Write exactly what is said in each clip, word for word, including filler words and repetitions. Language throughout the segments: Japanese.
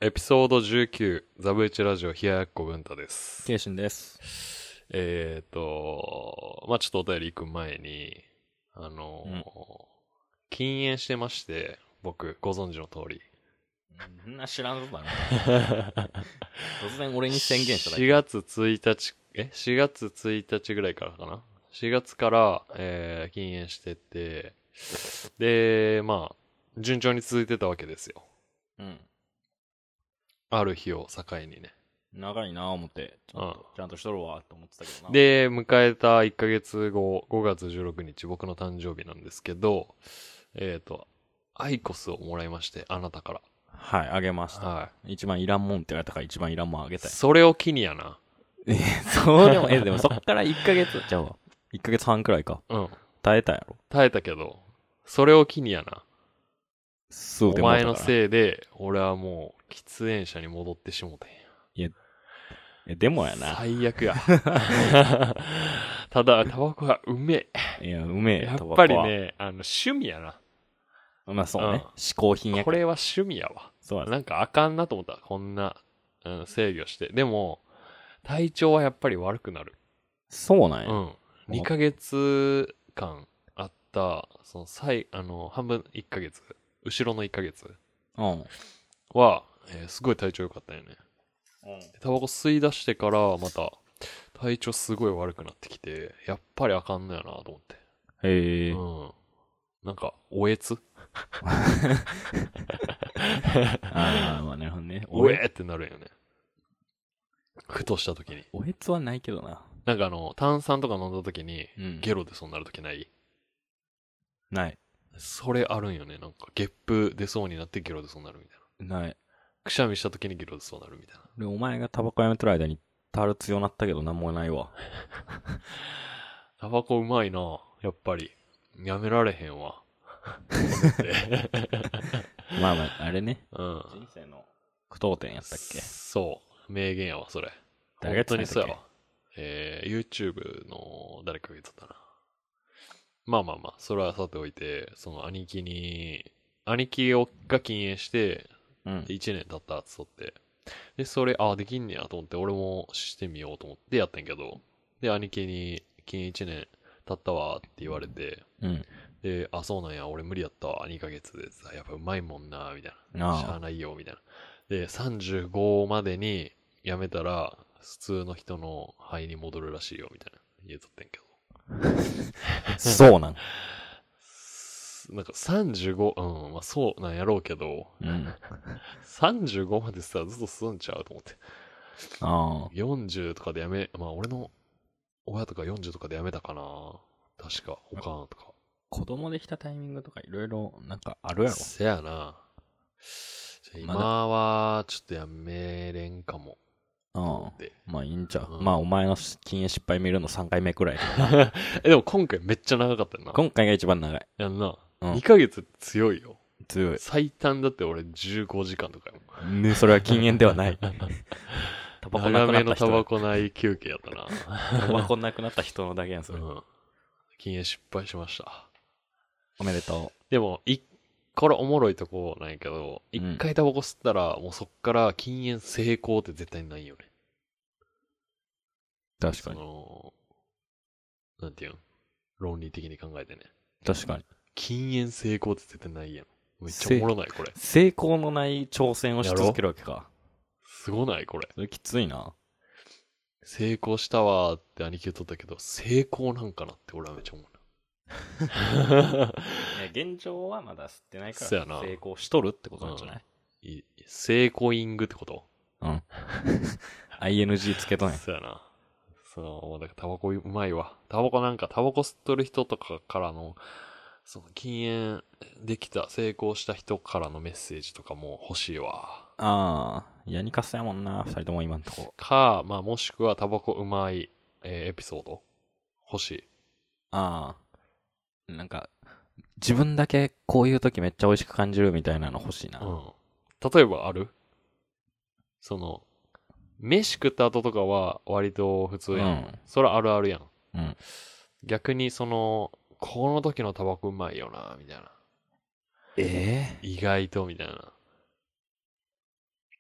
エピソードじゅうきゅう、ザブイチラジオ、冷ややっこ文太です。 ケイシンです。 えーと、まあ、ちょっとお便り行く前に、あのーうん禁煙してまして、僕、ご存知の通り。 んな知らんぞだな。突然俺に宣言しただけ。 しがつついたち、え ?しがつついたちぐらいからかな ?し 月から、えー、禁煙してて、で、まあ、順調に続いてたわけですよ。 うん。 ある日を境にね。 長いなぁ思って、ちゃんと、 うんちゃんとしとるわと思ってたけどな。 で、迎えたいっかげつご、ごがつじゅうろくにち、僕の誕生日なんですけど、えっ、と、アイコスをもらいまして、あなたから。 はい、あげました。 は一番いらんもんって言われたから一番いらんもんあげい。 たよ。 それを機にやな。 え、そうでも、え、でもそっからいっかげつ、じゃあ、いっかげつはんくらいか。 うん。 耐えたやろ。 耐えたけど、それを機にやな。 そうでもお前のい。 せいで、俺はもう、喫煙者に戻ってしもてんや。 いや、え、でもやな。 最悪や。ただ、タバコはうめえ。 いや、うめえ、 やっタバコはぱり。ね、あの、趣味やな。 まあそうね。 うん嗜好品やから。 これは趣味やわ。 そうや。 なんかあかんなと思った。こんな、うん、制御して。でも、体調はやっぱり悪くなる。 そうなんや。 うん。にかげつかんあった、その最、あの、半分いっかげつ、後ろのいっかげつうん。 は、えーすごい体調良かったよね。 うん。 タバコ吸い出してからまた体調すごい悪くなってきて、やっぱりあかんのやなと思って。 へえ。 うん。なんか、おえつああ、まあなるほどね。 おえってなるんよね。ふとした時に。 おえつはないけどな。 なんかあの、炭酸とか飲んだ時に、 うん。 ゲロでそうなる時ないない。 それあるんよね。なんか、ゲップ出そうになってゲロでそうなるみたいな。 ない。 くしゃみした時にゲロでそうなるみたいな。 で、お前がタバコやめてる間にタル強なったけどなんもないわ。 タバコうまいなやっぱり。やめられへんわ。 まあまあ、あれね。 うん。 人生の句読点やったっけ。 そう。名言やわ、それ。 誰が本当言ってたんやったっにそうやわ。えー、YouTube の誰かが言ってたな。まあまあまあ、それはさておいて、その兄貴に、兄貴をが禁煙して、 け。うん。 でいちねん経ったっつっとって。で、それ、ああ、できんねやと思って、俺もしてみようと思ってやったんやけど、で、兄貴に、禁煙いちねん経ったわって言われて、 うん。 で、あ、そうなんや、俺無理やったわ、にかげつでさ、やっぱうまいもんな、みたいな。 ああしゃあないよ、みたいな。で、さんじゅうごまでにやめたら、普通の人の肺に戻るらしいよ、みたいな。言うとってんけど。 そうなん。 なんかさんじゅうご、うん、まあそうなんやろうけど、 うん。 さんじゅうごまでさ、ずっと吸うんちゃうと思って。 ああ。 よんじゅうとかでやめ、まあ俺の親とかよんじゅうとかでやめたかな。確か、おかんとか。 子供できたタイミングとかいろいろなんかあるやろ。 せやな。じゃあまだ今は、ちょっとやめれんかも。 ああ。 で。 まあいいんちゃう。 うんまあお前の禁煙失敗見るのさんかいめくらい。 え、でも今回めっちゃ長かったよな。 今回が一番長い。 やんな。 うんにかげつ強いよ。 強い。 最短だって俺じゅうごじかんとかやもん。 ね、それは禁煙ではない。タバコな長くなった人だ。 めのタバコない休憩やったな。 タバコなくなった人のだけやん、それ。 うん。禁煙失敗しました。 おめでとでも、いこれおもろいとこなんやけど、一回タバコ吸ったら、もうそっから禁煙成功って絶対ないよね。 う。確かそに。 の、なんていうん論理的に考えてね。 確かに。 禁煙成功って絶対ないやん。めっちゃおもろないこれ。 成功のない挑戦をし続けるわけか。 すごないこれ。 それきついな。 成功したわーって兄貴言っとったけど、成功なんかなって俺はめっちゃ思うな。 いや、現状はまだ吸ってないから、 そうやな成功しとるってことなんじゃない、 い成功イングってことうん、アイエヌジー つけとんや。 そうやな。そう、だからタバコうまいわ。タバコなんか、タバコ吸っとる人とかからの、その禁煙できた、成功した人からのメッセージとかも欲しいわ。 ああ、やにかすやもんな、二人とも今んとこ。 か、まあもしくはタバコうまい、えーエピソード欲しい。 ああ、なんか、自分だけこういう時めっちゃ美味しく感じるみたいなの欲しいな。 うん。例えばあるその、飯食った後とかは割と普通やん。 うんそれあるあるやん。 うん。 逆にその、この時のタバコうまいよな、みたいな。 ええ意外と、みたいな。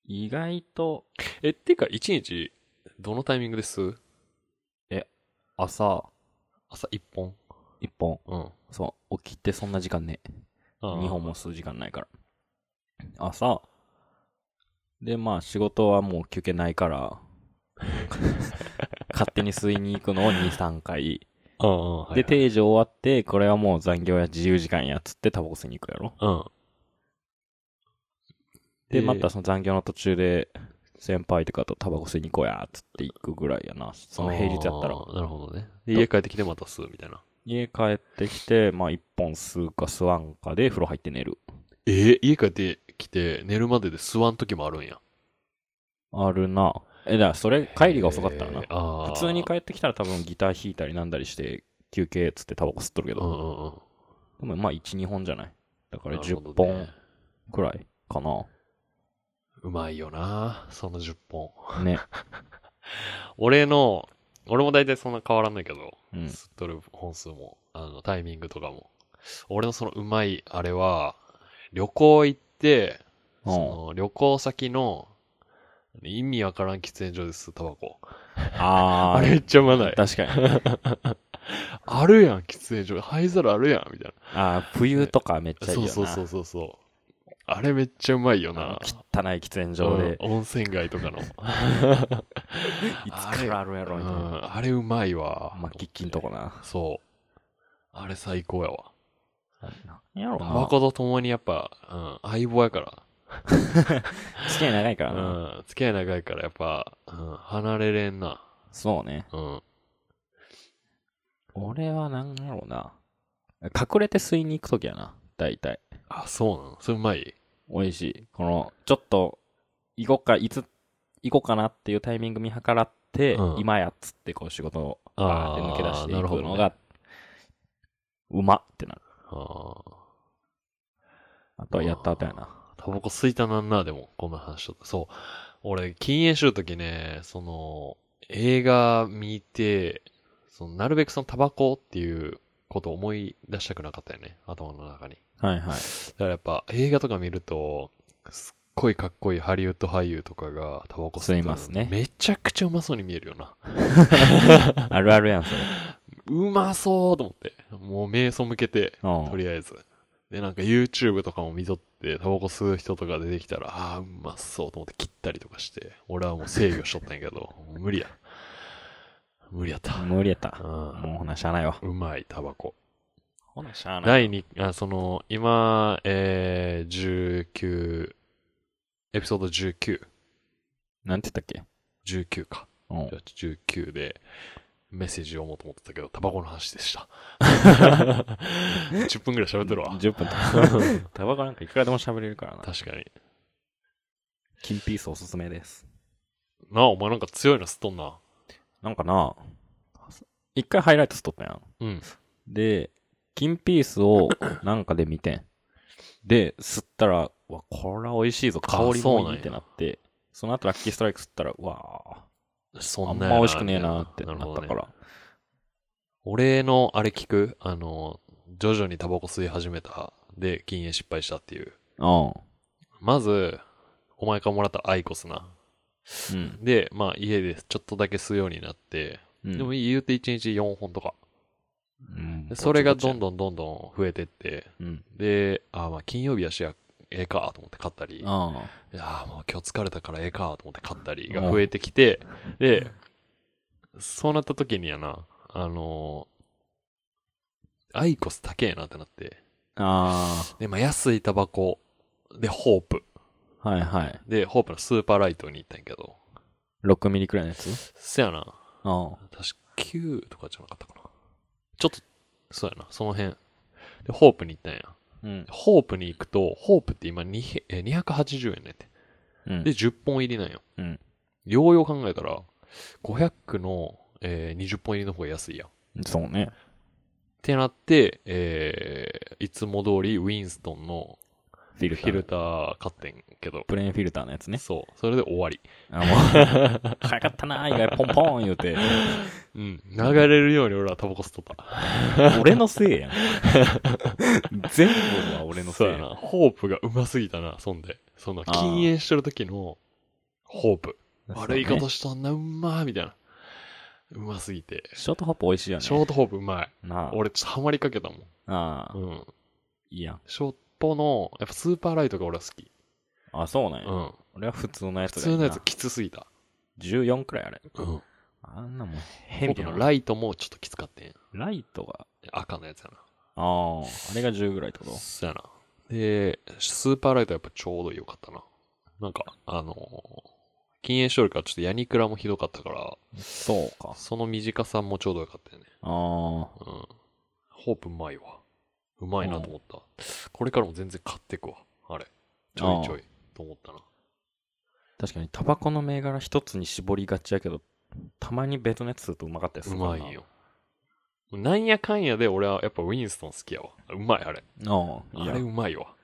意外と、 え、っていうか、一日、どのタイミングで吸う？ 朝、 朝一本？ 一本。 うん。 そう、起きてそんな時間ね。 あ二本も吸う時間ないから。朝、で、まあ仕事はもう休憩ないから、勝手に吸いに行くのをに、さんかい。 あ。うんうん。はいはい、 で、定時終わって、これはもう残業や自由時間やっつってタバコ吸いに行くやろ。 うん。 で、またその残業の途中で、先輩とかとタバコ吸いに行こうや、つって行くぐらいやな。その平日やったら。 なるほどね。で、家帰ってきてまた吸うみたいな。 家帰ってきて、まあ一本吸うか吸わんかで風呂入って寝る。 えー、家帰ってきて寝るまでで吸わん時もあるんや。 あるな。え、だからそれ、帰りが遅かったらな。 あ普通に帰ってきたら多分ギター弾いたりなんだりして、休憩っつってタバコ吸っとるけど。 うんうんうん。 でもまあいち、にほんじゃない。だから10 なるほどね本くらいかな。 うまいよな、そのじゅっぽん。 ね。 俺の、俺も大体そんな変わらんないけど、 うん。 吸っとる本数も、あの、タイミングとかも。俺のそのうまい、あれは、旅行行って、 うんその旅行先の、意味わからん喫煙所で吸うタバコ。 あー。 あれめっちゃうまない。 確かに。 あるやん、喫煙所。灰皿あるやん、みたいあー、冬とかめっちな。 ゃいいよな。 そうそうそうそうそう。あれめっちゃうまいよな。 あの汚い喫煙所で、 うん温泉街とかの。 いつからあるやろみたいな。 うん、あれうまいわ。 まあ、キッキンとこな。 そう。あれ最高やわ。 なんやろうな。 タバコと共にやっぱ、うん、相棒やから。 付き合い長いからな。 うん、付き合い長いからやっぱ、うん、離れれんな。 そうね。 うん。 俺はなんやろうな。隠れて吸いに行くときやな。大体。 あ、そうなの？それうまい？ 美味しい。この、ちょっと、行こうか、いつ、行こうかなっていうタイミング見計らって、 うん今やっつってこう仕事をバーって抜け出していあーなるほどねくのが、うまってなる。 あーあとはやった後やな。 タバコ吸いたなんな、でも、こんな話しとった。そう。俺、禁煙しるときね、その、映画見て、その、なるべくそのタバコっていうことを思い出したくなかったよね。頭の中に。 はいはい。 だからやっぱ、映画とか見ると、すっごいかっこいいハリウッド俳優とかがタバコ吸ってるの吸いますねめちゃくちゃうまそうに見えるよな。 あるあるやん、それ。 うまそうと思って。もう目背けて、 うんとりあえず。で、なんか YouTube とかも見とって、タバコ吸う人とか出てきたら、ああ、うまそうと思って切ったりとかして、俺はもう制御しとったんやけど、もう無理や。無理やった。 無理やった。 うんもうほなしゃあないわ。 うまい、タバコ。 ほなしゃあない。 だいに、あ、その、今、えー、じゅうきゅう、エピソードじゅうきゅう。 なんて言ったっけ？ じゅうきゅうか。 うんじゃあじゅうきゅうで、メッセージ読もうと思ってたけど、タバコの話でした。じゅっぷんくらい喋ってるわ。 じゅっぷんと。タバコなんかいくらでも喋れるからな。 確かに。 キンピースおすすめです。 なあ、お前なんか強いの吸っとんな。 なんかな、一回ハイライトしとったやん。 うん。 で、キンピースをなんかで見てん。で、吸ったら、うわ、これは美味しいぞ。香りそうなんやもいいってなって、その後ラッキーストライク吸ったら、うわそんなあんま美味しくねえなってなるほどねったから。 俺のあれ聞くあの、徐々にタバコ吸い始めた。で、禁煙失敗したっていう。 うん。 まず、お前からもらったアイコスな。 うん。 で、まあ家でちょっとだけ吸うようになって、 うん、 でも言うていちにちよんほんとか。 うんでそれがどんどどんどんどん増えてって、 ん。うん。 で、あまあ金曜日やしや、ええかと思って買ったり、 あいやもう今日疲れたからええかと思って買ったりが増えてきて、で、そうなった時にやな、あのー、アイコス高えなってなって、 あ。あで、まあ安いタバコ、で、ホープ。 あ。はいはい。 で、ホープのスーパーライトに行ったんやけど、 ろくミリくらいのやつ？ せやな、 あ確かきゅうとかじゃなかったかな。ちょっと、そうやな、その辺。で、ホープに行ったんや。 うん。 ホープに行くと、ホープって今にひゃくはちじゅうえんねんて。 うん。 で、じゅっぽん入りなんよ。 うん。 ようよう考えたら、ごひゃくの、えー、にじゅっぽん入りの方が安いやん。っそうね。 てなって、えー、いつも通りウィンストンのフィルター。 フィルター買ってんけど、 プレーンフィルターのやつね。 そう。それで終わり。 あ、もう、早かったなー、意外、ポンポン言うて。 うん。流れるように俺はタバコ吸っとった。 俺のせいやん。全部は俺のせいやん。 そうやな。ホープがうますぎたな、そんで。その、禁煙してる時の、 ホープ。 そうね悪いことしとんな、うんまーみたいな。うますぎて。 ショートホップ美味しいよね。 ショートホープうまい。 なあ。 俺ちょっとハマりかけたもん。 ああ、 うん。 いいやん。 ショットの、やっぱスーパーライトが俺は好き。 あ、そうなんや。 うん。 俺は普通のや普つがいいな。 通のやつきつすぎた。 じゅうよんくらいあれ。 うん。 あんなもん、 ホ変なープのライトもちょっときつかったんや。 ライトが、 赤のやつやな。 ああ、あれがじゅうぐらいってことそうやな。で、スーパーライトはやっぱちょうどよかったな。なんか、あのー、禁煙しとるからちょっとヤニクラもひどかったから、 そうか。 その短さもちょうどよかったよね。 ああ、 うん。ホープうまいわ。うまいなと思った。これからも全然買ってくわ。あれ。ちょいちょい。と思ったな。 確かにタバコの銘柄一つに絞りがちやけど、たまに別のやつするとうまかったりすうるからな。 まいよ。なんやかんやで俺はやっぱウィンストン好きやわ。うまいあれ。 ああ、いいやあれうまいわ。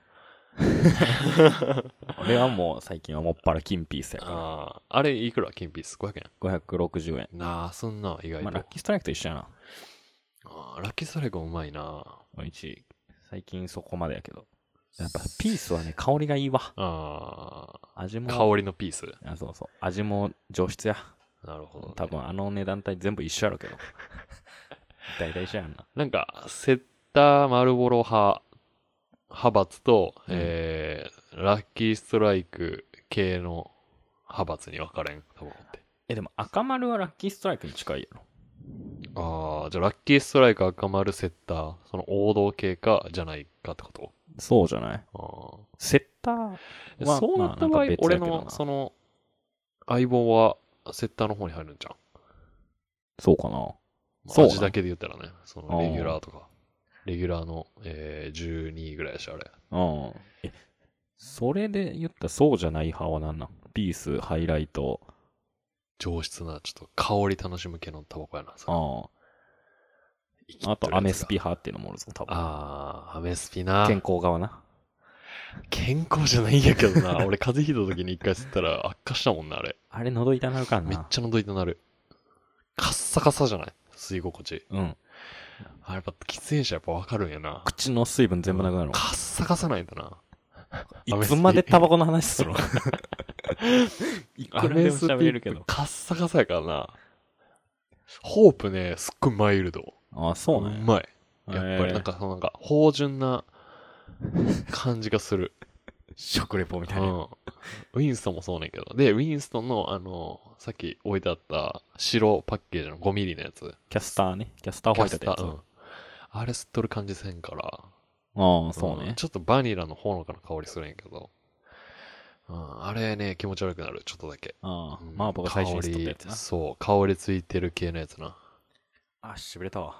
俺はもう最近はもっぱら金ピースやから。 ああ、あれいくら金ピースごひゃくえん。 ごひゃくろくじゅうえん。 なあ、そんな意外と。 まあ、ラッキーストライクと一緒やな。 あーラッキーストライクもうまいな。 美味しい。最近そこまでやけど。やっぱピースはね、香りがいいわ。 あ味も。 あ、香りのピース。 あ、そうそう。味も上質や。 なるほど、ね。 多分あの値段帯全部一緒やろうけど。大体一緒やんな。 なんか、セッターマルボロ派、派閥と、 うんえー、ラッキーストライク系の派閥に分かれん、タバコって。 え、でも赤丸はラッキーストライクに近いやろ。 ああ、じゃあラッキーストライク赤丸セッター、その王道系か、じゃないかってことそうじゃないあーセッターは、 そうなった場合、 まあなんか別や俺けどなの、その、相棒は、セッターの方に入るんじゃん。 そうかな。 まあそうな味だけで言ったらね、そのレギュラーとか。レギュラーの、えー、じゅうにいぐらいやし、あれ。 うん。え、それで言ったらそうじゃない派は何なんピース、ハイライト。 上質な、ちょっと香り楽しむ系のタバコやな。それあ生きとるやつがあ。あと、アメスピ派っていうのもおるぞ、多分。 あー、アメスピな。 健康側な。 健康じゃないんやけどな。俺風邪ひいた時に一回吸ったら悪化したもんな、あれ。 あれ喉痛なるからな。 めっちゃ喉痛なる。カッサカサじゃない吸い心地。 うん。 あれやっぱ喫煙者やっぱわかるんやな。 口の水分全部なくなるカッサカサないんだな。 いつまでタバコの話するのいくらでもアメスピ喋れるけど。 カッサカサやからな。ホープね、すっごいマイルド。 ああ、そうなんや。 うまい。やっぱへーりなんか、そのなんか、芳醇な感じがする。 食レポみたいな。 うん。ウィンストンもそうねんけど。で、ウィンストンの、あの、さっき置いてあった白パッケージのごミリのやつ。 キャスターね。キャスターホワイトってやつ。 うん。あれ吸っとる感じせんから。 ああ、そうね。 んちょっとバニラのほのかな香りするんやけど。うん、あれね、気持ち悪くなる、ちょっとだけ。 ああ、 うんまあ僕が最初に吸っとったやつな。 香りそう、香りついてる系のやつな。 あ、しびれたわ。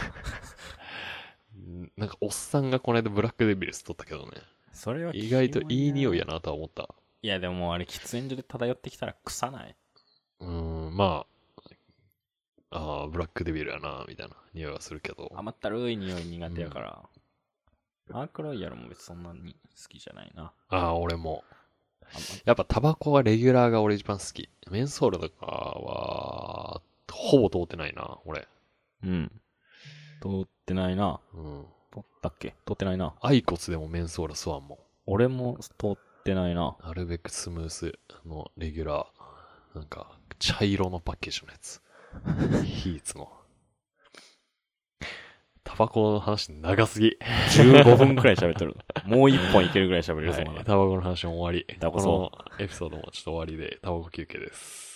うんなんか、おっさんがこの間ブラックデビル吸っとったけどね。 それは意外といい匂いやな。 なとは思った。 いや、でももうあれ喫煙所で漂ってきたら臭ない。 うーん、まあ、ああ、ブラックデビルやな、みたいな匂いはするけど。 甘ったるい匂い苦手やから。アークロイヤルも別にそんなに好きじゃないな。 ああ、俺も。 あんまやっぱタバコはレギュラーが俺一番好き。メンソールとかは、ほぼ通ってないな、俺。 うん。通ってないな。 うん。 通ったっけ通ってないな。 アイコスでもメンソール吸わんもん。 俺も通ってないな。 なるべくスムースのレギュラー。なんか、茶色のパッケージのやつ。ヒーツの。タバコの話長すぎ。 じゅうごふんくらい喋ってる。もう一本いけるぐらい喋れるぞ、 はいまだ。 タバコの話も終わり。 タバコこのエピソードもちょっと終わりで、タバコ休憩です。